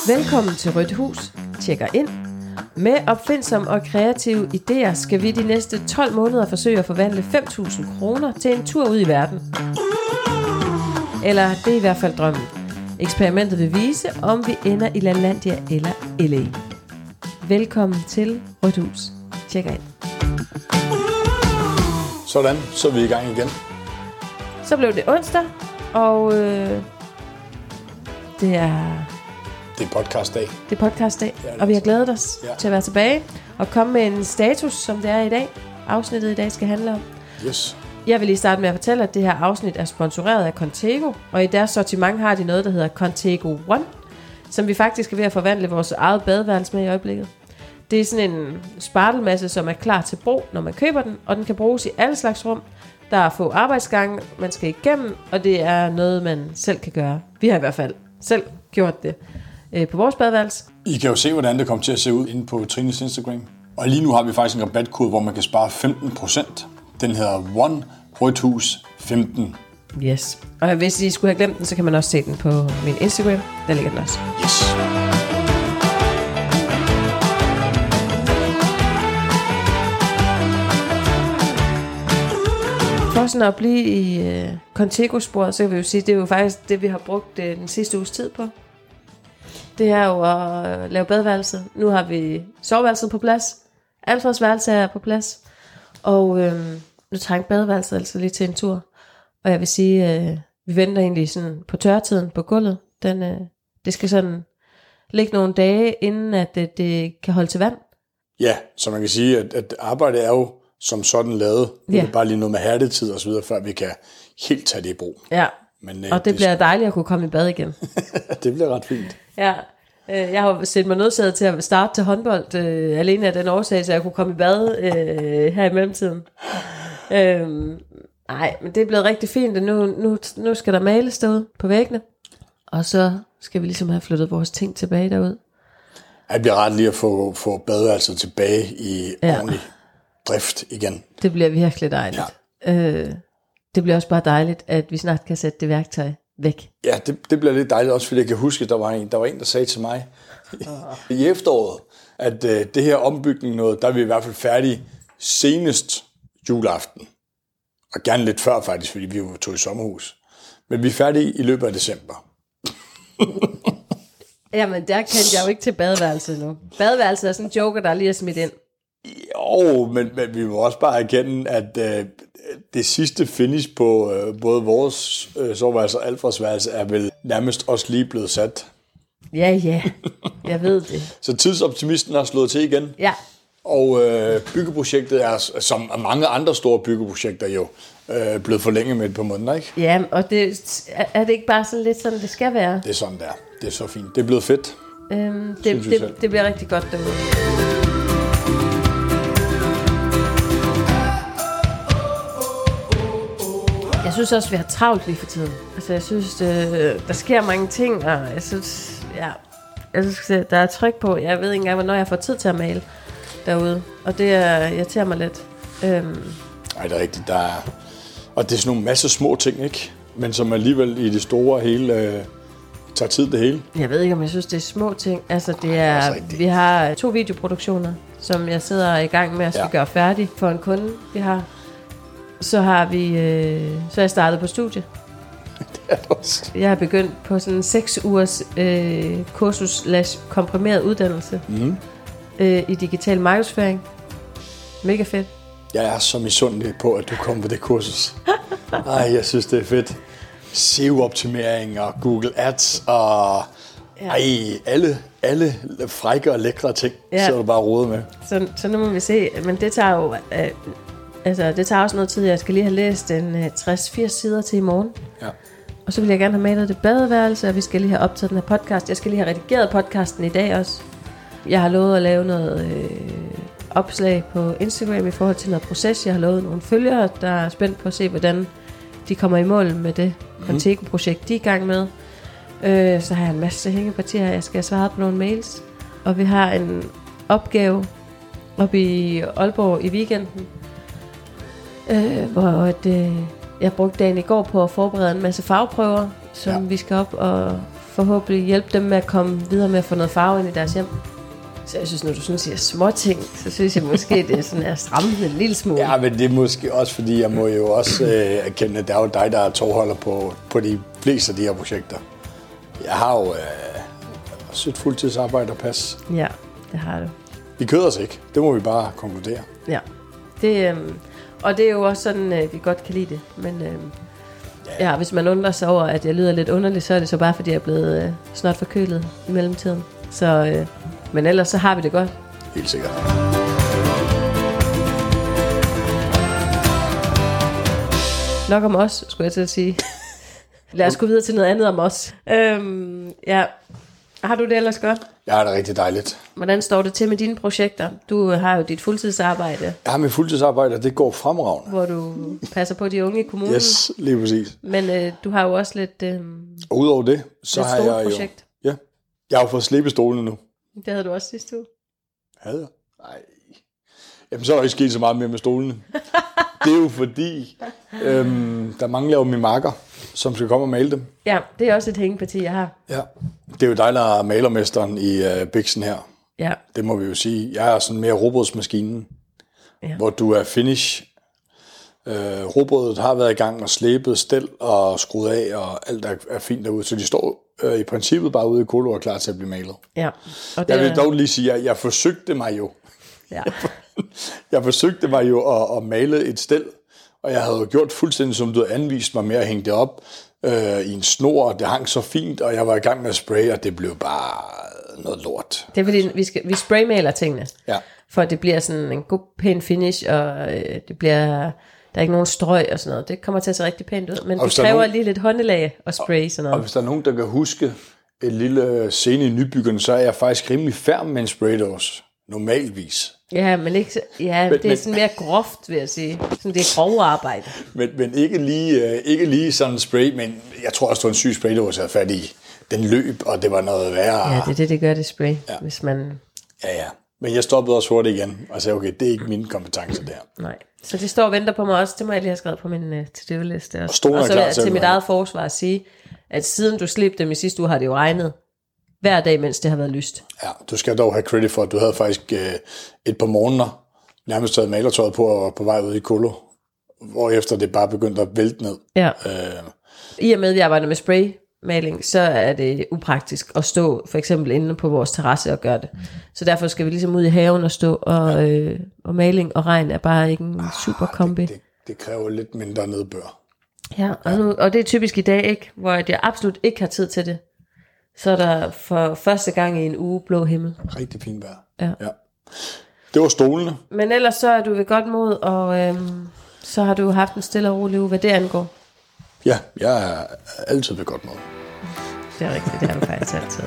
Velkommen til Rødt Hus. Tjekker ind. Med opfindsomme og kreative idéer skal vi de næste 12 måneder forsøge at forvandle 5.000 kroner til en tur ud i verden. Eller det er i hvert fald drømmen. Eksperimentet vil vise, om vi ender i LaLandia eller LA. Velkommen til Rødt Hus. Tjekker ind. Sådan, så er vi i gang igen. Så blev det onsdag, og det er podcastdag. Det er podcastdag, og vi har glædet os til at være tilbage og komme med en status, som det er i dag. Afsnittet i dag skal handle om. Yes. Jeg vil lige starte med at fortælle, at det her afsnit er sponsoreret af Contego, og i deres sortiment har de noget, der hedder Contego One, som vi faktisk er ved at forvandle vores eget badeværelse med i øjeblikket. Det er sådan en spartelmasse, som er klar til brug, når man køber den, og den kan bruges i alle slags rum. Der er få arbejdsgange, man skal igennem, og det er noget, man selv kan gøre. Vi har i hvert fald selv gjort det på vores badeværelse. I kan jo se, hvordan det kommer til at se ud inde på Trines Instagram. Og lige nu har vi faktisk en rabatkode, hvor man kan spare 15%. Den hedder One Rødt Hus 15. Yes. Og hvis I skulle have glemt den, så kan man også se den på min Instagram. Der ligger den også. Yes. For sådan at blive i Contego-sporet, så kan vi jo sige, det er jo faktisk det, vi har brugt den sidste uges tid på. Det er jo at lave badeværelset. Nu har vi soveværelset på plads. Alfreds værelse er på plads. Og nu trænger badeværelset altså lige til en tur. Og jeg vil sige, vi venter egentlig sådan på tørretiden på gulvet. Det skal sådan ligge nogle dage, inden at det kan holde til vand. Ja, så man kan sige, at arbejdet er jo som sådan lavet. Det er bare lige noget med hærtetid og så videre, før vi kan helt tage det i brug. Ja, men, og det bliver dejligt at kunne komme i bad igen. Det bliver ret fint. Ja, jeg har set mig nødsaget til at starte til håndbold alene af den årsag, så jeg kunne komme i bad her i mellemtiden. Nej, men det er blevet rigtig fint, og nu skal der males derude på væggene, og så skal vi ligesom have flyttet vores ting tilbage derud. Det bliver ret lige at få badeværelset tilbage i ordentlig drift igen. Det bliver virkelig dejligt. Ja. Det bliver også bare dejligt, at vi snart kan sætte det værktøj væk. Ja, det bliver lidt dejligt også, fordi jeg kan huske, at der var en, der sagde til mig i efteråret, at det her ombygning noget, der er vi i hvert fald færdige senest juleaften. Og gerne lidt før faktisk, fordi vi jo tog i sommerhus. Men vi er færdige i løbet af december. Jamen, der kendte jeg jo ikke til badeværelset nu. Badeværelset er sådan en joker, der lige er smidt ind. Jo, men vi må også bare erkende, at det sidste finish på både vores soveværelse og Alfreds værelse er vel nærmest også lige blevet sat. Ja, jeg ved det. Så tidsoptimisten har slået til igen. Ja. Og byggeprojektet er, som mange andre store byggeprojekter jo, blevet forlænget med et par måneder, ikke? Ja, og er det ikke bare sådan lidt sådan, det skal være? Det er sådan, det er. Det er så fint. Det er blevet fedt. Det bliver rigtig godt derude. Jeg synes også, vi har travlt lige for tiden. Altså, jeg synes, der sker mange ting, og jeg synes, der er tryk på. Jeg ved ikke engang, hvornår jeg får tid til at male derude, og det irriterer mig lidt. Nej, det er rigtigt. Og det er sådan nogle masse små ting, ikke? Men som alligevel i det store hele tager tid det hele. Jeg ved ikke, om jeg synes, det er små ting. Altså, vi har 2 videoproduktioner, som jeg sidder i gang med at skal gøre færdig for en kunde, vi har. Så er jeg startet på studie. Det er det også. Jeg har begyndt på sådan en 6 ugers kursus/komprimeret uddannelse i digital markedsføring. Mega fedt. Jeg er så misundelig på, at du kom på det kursus. Ej, jeg synes, det er fedt. SEO-optimering og Google Ads og alle frække og lækre ting, så du bare rode med. Så nu må vi se, men det tager jo... det tager også noget tid. Jeg skal lige have læst en 60-80 sider til i morgen. Ja. Og så vil jeg gerne have malet det badeværelse, og vi skal lige have optaget den her podcast. Jeg skal lige have redigeret podcasten i dag også. Jeg har lovet at lave noget opslag på Instagram i forhold til noget proces. Jeg har lovet nogle følgere, der er spændt på at se, hvordan de kommer i mål med det Contego-projekt, de er i gang med. Så har jeg en masse hængepartier, jeg skal svare på nogle mails. Og vi har en opgave oppe i Aalborg i weekenden, hvor jeg brugte dagen i går på at forberede en masse fagprøver, som vi skal op og forhåbentlig hjælpe dem med at komme videre med at få noget farve ind i deres hjem. Så jeg synes, når du sådan siger småting, så synes jeg måske, det er sådan at stramme en lille smule. Ja, men det er måske også, fordi jeg må jo også erkende, at det er jo dig, der er tovholder på de fleste af de her projekter. Jeg har jo et fuldtidsarbejde at passe. Ja, det har du. Vi køder os ikke. Det må vi bare konkludere. Ja, og det er jo også sådan, vi godt kan lide det. Men ja, hvis man undrer sig over, at jeg lyder lidt underligt, så er det så bare, fordi jeg er blevet snart forkølet i mellemtiden. Så, men ellers så har vi det godt. Helt sikkert. Nok om os, skulle jeg til at sige. Lad os gå videre til noget andet om os. Ja. Har du det ellers godt? Jeg har det rigtig dejligt. Hvordan står det til med dine projekter? Du har jo dit fuldtidsarbejde. Ja, mit fuldtidsarbejde, det går fremragende. Hvor du passer på de unge i kommunen. Yes, lige præcis. Men du har jo også lidt... Og udover det, så har jeg projekt. Jo... Ja, jeg har jo fået slæbestolene nu. Det havde du også sidste uge. Havde jeg? Nej. Jamen, så er der ikke sket så meget mere med stolene. Det er jo fordi, der mangler jo mine makker, som skal komme og male dem. Ja, det er også et hængeparti, jeg har. Ja, det er jo dig, der er malermesteren i Bixen her. Ja. Det må vi jo sige. Jeg er sådan mere robotsmaskinen, hvor du er finish. Robotet har været i gang og slæbet stel og skruet af, og alt er fint derude. Så de står i princippet bare ude i Kolo og klar til at blive malet. Ja. Og jeg vil dog lige sige, at jeg forsøgte mig jo. Ja. Jeg forsøgte mig jo at male et stel, og jeg havde gjort fuldstændig, som du havde anvist mig med at hænge det op i en snor, og det hang så fint, og jeg var i gang med at spraye, og det blev bare noget lort. Det er fordi, vi spraymaler tingene, for at det bliver sådan en god, pæn finish, og det bliver, der er ikke nogen strøg og sådan noget. Det kommer til at se rigtig pænt ud, men det kræver lige lidt håndelag at spraye sådan noget. Og hvis der er nogen, der kan huske et lille scene i Nybyggerne, så er jeg faktisk rimelig færm med en spraydåse. Normalvis. Ja, men ikke, det er sådan mere groft, vil jeg sige. Sådan det er grove arbejde. Men ikke lige sådan en spray, men jeg tror også, det var en syg spraydåse, jeg havde fat i. Den løb, og det var noget værre. Ja, det gør det spray, hvis man... Ja. Men jeg stoppede også hurtigt igen, og sagde, okay, det er ikke mine kompetencer der. Nej, så det står og venter på mig også. Det må jeg lige have skrevet på min to-do-liste. Og så vil jeg til mit eget forsvar at sige, at siden du slipte dem i sidste uge, har det jo regnet hver dag, mens det har været lyst. Ja, du skal dog have credit for, at du havde faktisk et par måneder nærmest taget malertøjet på og på vej ud i Kolo, hvorefter det bare begyndte at vælte ned. Ja. I og med, at vi arbejder med spraymaling, så er det upraktisk at stå for eksempel inde på vores terrasse og gøre det. Så derfor skal vi ligesom ud i haven og stå, og maling og regn er bare ikke en super kombi. Det kræver lidt mindre nedbør. Ja, og det er typisk i dag, ikke, hvor jeg absolut ikke har tid til det. Så er der for første gang i en uge blå himmel. Rigtig fint vejr. Ja. Det var stolene. Men ellers så er du ved godt mod, og så har du haft en stille og rolig uge, hvad det angår. Ja, jeg er altid ved godt mod. Det er rigtigt, det er du faktisk altid.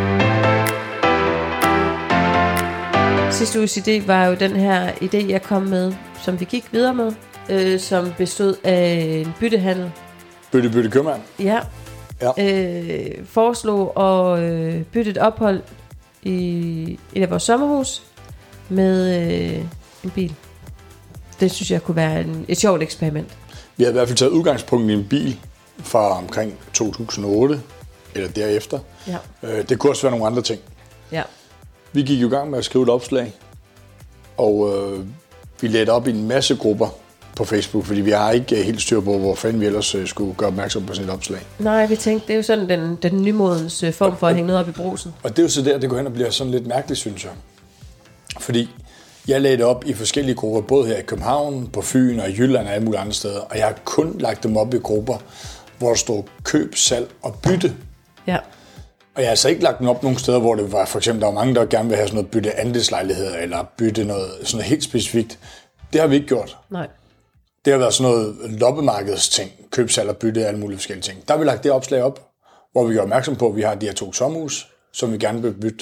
Sidste uges idé var jo den her idé, jeg kom med, som vi gik videre med, som bestod af en byttehandel. Bytte købmand. Ja. Foreslog at bytte et ophold i et af vores sommerhus med en bil. Det synes jeg kunne være et sjovt eksperiment. Vi havde i hvert fald taget udgangspunkt i en bil fra omkring 2008 eller derefter. Ja. Det kunne også være nogle andre ting. Ja. Vi gik jo i gang med at skrive et opslag, og vi lagde op i en masse grupper på Facebook, fordi vi har ikke helt styr på, hvor fanden vi ellers skulle gøre opmærksom på sådan et opslag. Nej, vi tænkte, det er jo sådan den nymodens form for at hænge noget op i brusen. Og det er jo så der, det går hen og bliver sådan lidt mærkeligt, synes jeg. Fordi jeg lagde det op i forskellige grupper, både her i København, på Fyn og i Jylland og alle mulige andre steder, og jeg har kun lagt dem op i grupper, hvor der står køb, salg og bytte. Ja. Og jeg har altså ikke lagt dem op nogle steder, hvor det var, for eksempel, der var mange, der gerne vil have sådan noget bytte andelslejligheder, eller bytte noget sådan noget helt specifikt. Det har vi ikke gjort. Nej. Det har været sådan noget loppemarkedsting, køb, salg og bytte, alle mulige forskellige ting. Der har vi lagt det opslag op, hvor vi gør opmærksom på, at vi har de her 2 sommerhus, som vi gerne vil bytte.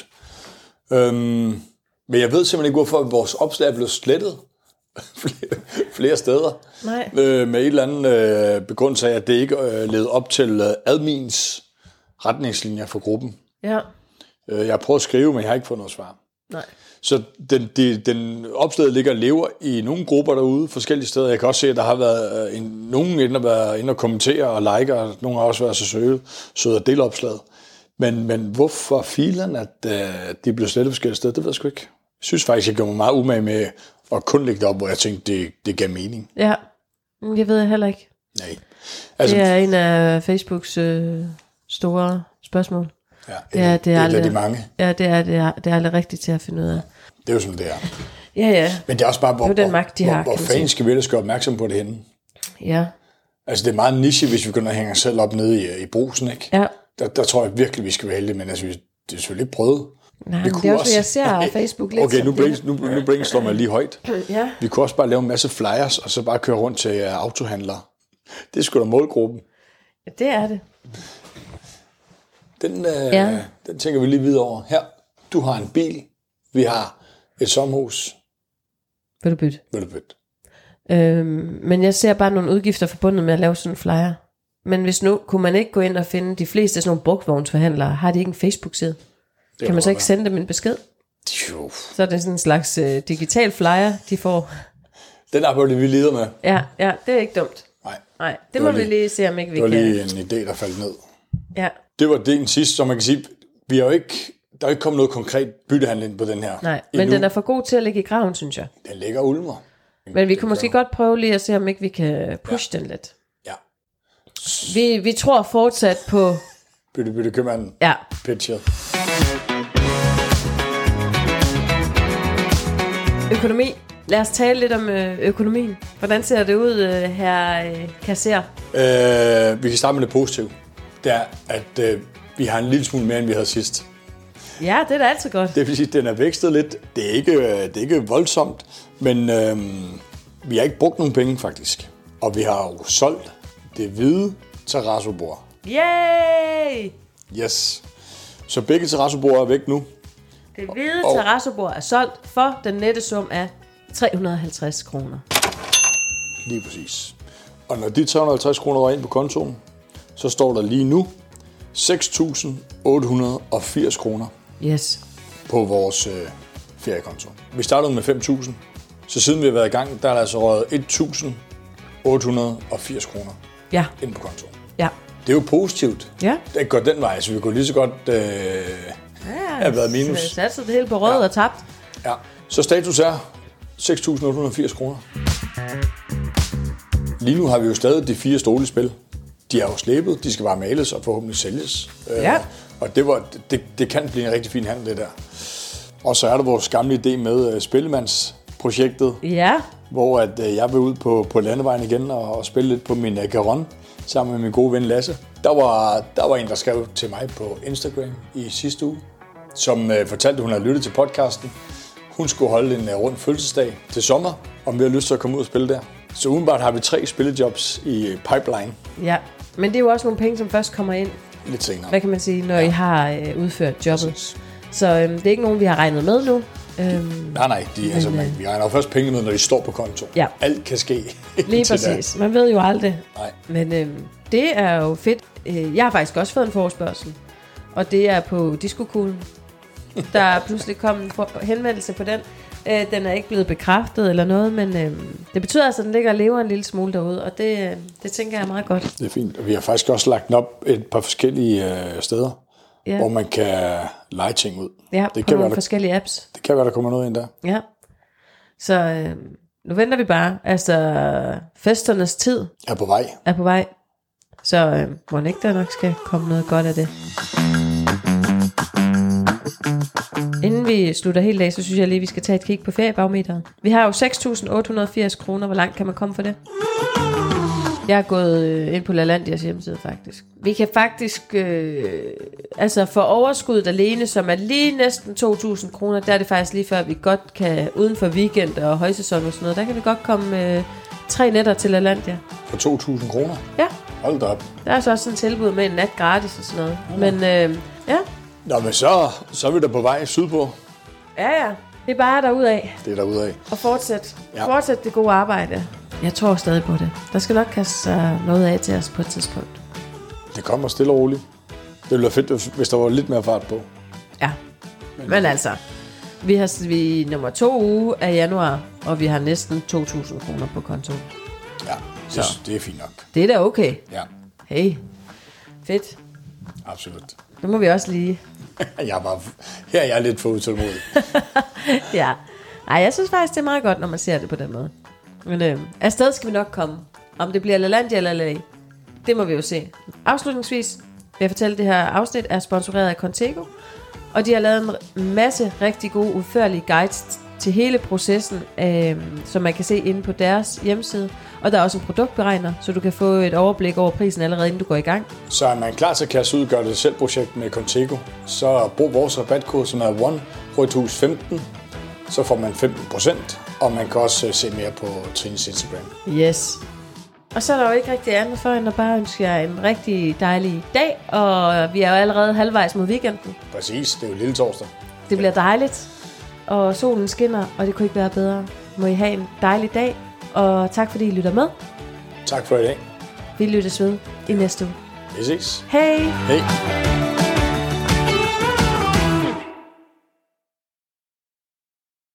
Men jeg ved simpelthen ikke, hvorfor vores opslag er blevet slettet flere steder. Nej. Med et eller andet begrundelse af, at det ikke led op til admins retningslinjer for gruppen. Ja. Jeg har prøvet at skrive, men jeg har ikke fået noget svar. Nej. Så den opslaget ligger og lever i nogle grupper derude, forskellige steder. Jeg kan også se, at der har været nogen inde og kommentere og like, og nogle har også været så søde at dele opslaget. Men hvorfor filerne, at de blev slettet forskellige steder, det ved jeg sgu ikke. Jeg synes faktisk, jeg gjorde mig meget umage med at kun lægge det op, hvor jeg tænkte, det gav mening. Ja, jeg ved heller ikke. Nej. Altså, det er en af Facebooks store spørgsmål. Ja, det er aldrig, de mange. Ja, det er aldrig rigtigt til at finde ud af. Det er jo sådan, det er. Ja. Men det er også bare, hvor fanden skal vi ellers gøre opmærksom på det henne? Ja. Altså, det er meget niche, hvis vi går ned og hænger selv op nede i brusen, ikke? Ja. Der tror jeg virkelig, vi skal være heldige, men altså, det er selvfølgelig ikke prøvet. Nej, men det er også, jeg ser Facebook lidt. Okay, nu brainstormer jeg lige højt. Ja. Vi kunne også bare lave en masse flyers, og så bare køre rundt til autohandlere. Det er sgu da målgruppen. Ja, det er det. Den tænker vi lige videre over. Her, du har en bil, vi har et sommerhus. Vil du bytte? Men jeg ser bare nogle udgifter forbundet med at lave sådan en flyer. Men hvis nu, kunne man ikke gå ind og finde de fleste sådan nogle brugtvognsforhandlere, har de ikke en Facebook-side? Kan man så ikke sende dem en besked? Jo. Så er det sådan en slags digital flyer, de får. Den arbejder vi lider med. Ja, det er ikke dumt. Nej, det må vi lige se, om ikke vi kan. Det var lige en idé, der faldt ned. Ja. Det var det sidste, som man kan sige, vi har jo ikke, der er ikke kommet noget konkret byttehandel ind på den her. Nej, men den er for god til at ligge i graven, synes jeg. Den ligger ulmer. Men vi kan måske godt prøve lige at se, om ikke vi kan pushe den lidt. Ja. Vi tror fortsat på... Bytte købmanden. Ja. Pitchet. Økonomi. Lad os tale lidt om økonomien. Hvordan ser det ud, her kasser? Vi kan starte med det positive. Det er, at vi har en lille smule mere, end vi havde sidst. Ja, det er da altid godt. Det vil sige, at den er vækstet lidt. Det er ikke voldsomt, men vi har ikke brugt nogen penge, faktisk. Og vi har jo solgt det hvide terrazzo-bord. Yay! Yes. Så begge terrazzo-bord er væk nu. Det hvide terrazzo-bord er solgt for den nette sum af 350 kroner. Lige præcis. Og når de 350 kroner var ind på kontoen, så står der lige nu 6.880 kroner på vores feriekonto. Vi startede med 5.000, så siden vi har været i gang, der er der altså røget 1.880 kroner ind på kontoen. Ja. Det er jo positivt. Ja. Det går den vej, så vi kunne lige så godt have været minus. Så satte det hele på rød og tabt. Ja. Så status er 6.880 kroner. Lige nu har vi jo stadig de 4 stole i spil. De er jo slæbet, de skal bare males og forhåbentlig sælges. Og det kan blive en rigtig fin handel, det der. Og så er der vores gamle idé med spillemandsprojektet, hvor at jeg vil ud på landevejen igen og spille lidt på min Garonne sammen med min gode ven Lasse. Der var en, der skrev til mig på Instagram i sidste uge, som fortalte, at hun havde lyttet til podcasten. Hun skulle holde en rund fødselsdag til sommer, om vi har lyst til at komme ud og spille der. Så udenbart har vi 3 spillejobs i pipeline. Ja, men det er jo også nogle penge, som først kommer ind. Lidt senere. Hvad kan man sige, når I har udført jobbet. Præcis. Så det er ikke nogen, vi har regnet med nu. Nej, vi regner jo først penge med, når de står på konto. Ja. Alt kan ske. Lige præcis. Man ved jo aldrig. Nej. Men det er jo fedt. Jeg har faktisk også fået en forespørgsel. Og det er på diskokuglen. Der er pludselig kommet en henvendelse på den. Den er ikke blevet bekræftet eller noget, men det betyder altså, at den ligger og lever en lille smule derude, og det tænker jeg er meget godt. Det er fint, og vi har faktisk også lagt den op et par forskellige steder, hvor man kan lege ting ud. Ja, det kan nogle forskellige apps. Det kan være, der kommer noget ind der. Ja, så nu venter vi bare. Altså, festernes tid er på vej. Så må ikke der nok skal komme noget godt af det. Inden vi slutter helt af, så synes jeg lige, vi skal tage et kig på feriebarometeret. Vi har jo 6.880 kroner. Hvor langt kan man komme for det? Jeg er gået ind på LaLandias hjemmeside faktisk. Vi kan faktisk, for overskuddet alene, som er lige næsten 2.000 kroner, der er det faktisk lige før, vi godt kan, uden for weekend og højsæson og sådan noget, der kan vi godt komme 3 nætter til LaLandia. For 2.000 kroner? Ja. Hold da op. Der er så også en tilbud med en nat gratis og sådan noget. Men ja. Nå, men så er vi der på vej sydpå. Ja. Det er bare derudad. Det er derudad. Og fortsæt det gode arbejde. Jeg tror stadig på det. Der skal nok kaste noget af til os på et tidspunkt. Det kommer stille og roligt. Det ville være fedt, hvis der var lidt mere fart på. Ja. Men altså, vi nummer 2 uge af januar, og vi har næsten 2.000 kroner på kontoen. Ja, det er fint nok. Det er da okay. Ja. Hey, fedt. Absolut. Det må vi også lige. Her er jeg lidt for utålmodig. Ja. Ej, jeg synes faktisk, det er meget godt, når man ser det på den måde. Men afsted skal vi nok komme. Om det bliver LaLandia eller LA, det må vi jo se. Afslutningsvis vil jeg fortælle, at det her afsnit er sponsoreret af Contego. Og de har lavet en masse rigtig gode, udførlige guides til hele processen, som man kan se inde på deres hjemmeside. Og der er også en produktberegner, så du kan få et overblik over prisen allerede inden du går i gang. Så er man klar til at kaste ud og gøre det selv projekt med Contego, så brug vores rabatkode, som er ONE15. Så får man 15%, og man kan også se mere på Trines Instagram. Yes. Og så er der jo ikke rigtig andet for, end at bare ønske jer en rigtig dejlig dag, og vi er jo allerede halvvejs mod weekenden. Præcis, det er jo lille torsdag. Det bliver dejligt, og solen skinner, og det kunne ikke være bedre. Må I have en dejlig dag, og tak fordi I lytter med. Tak for i dag. Vi lyttes ved i næste uge. Vi ses. Hej! Hej!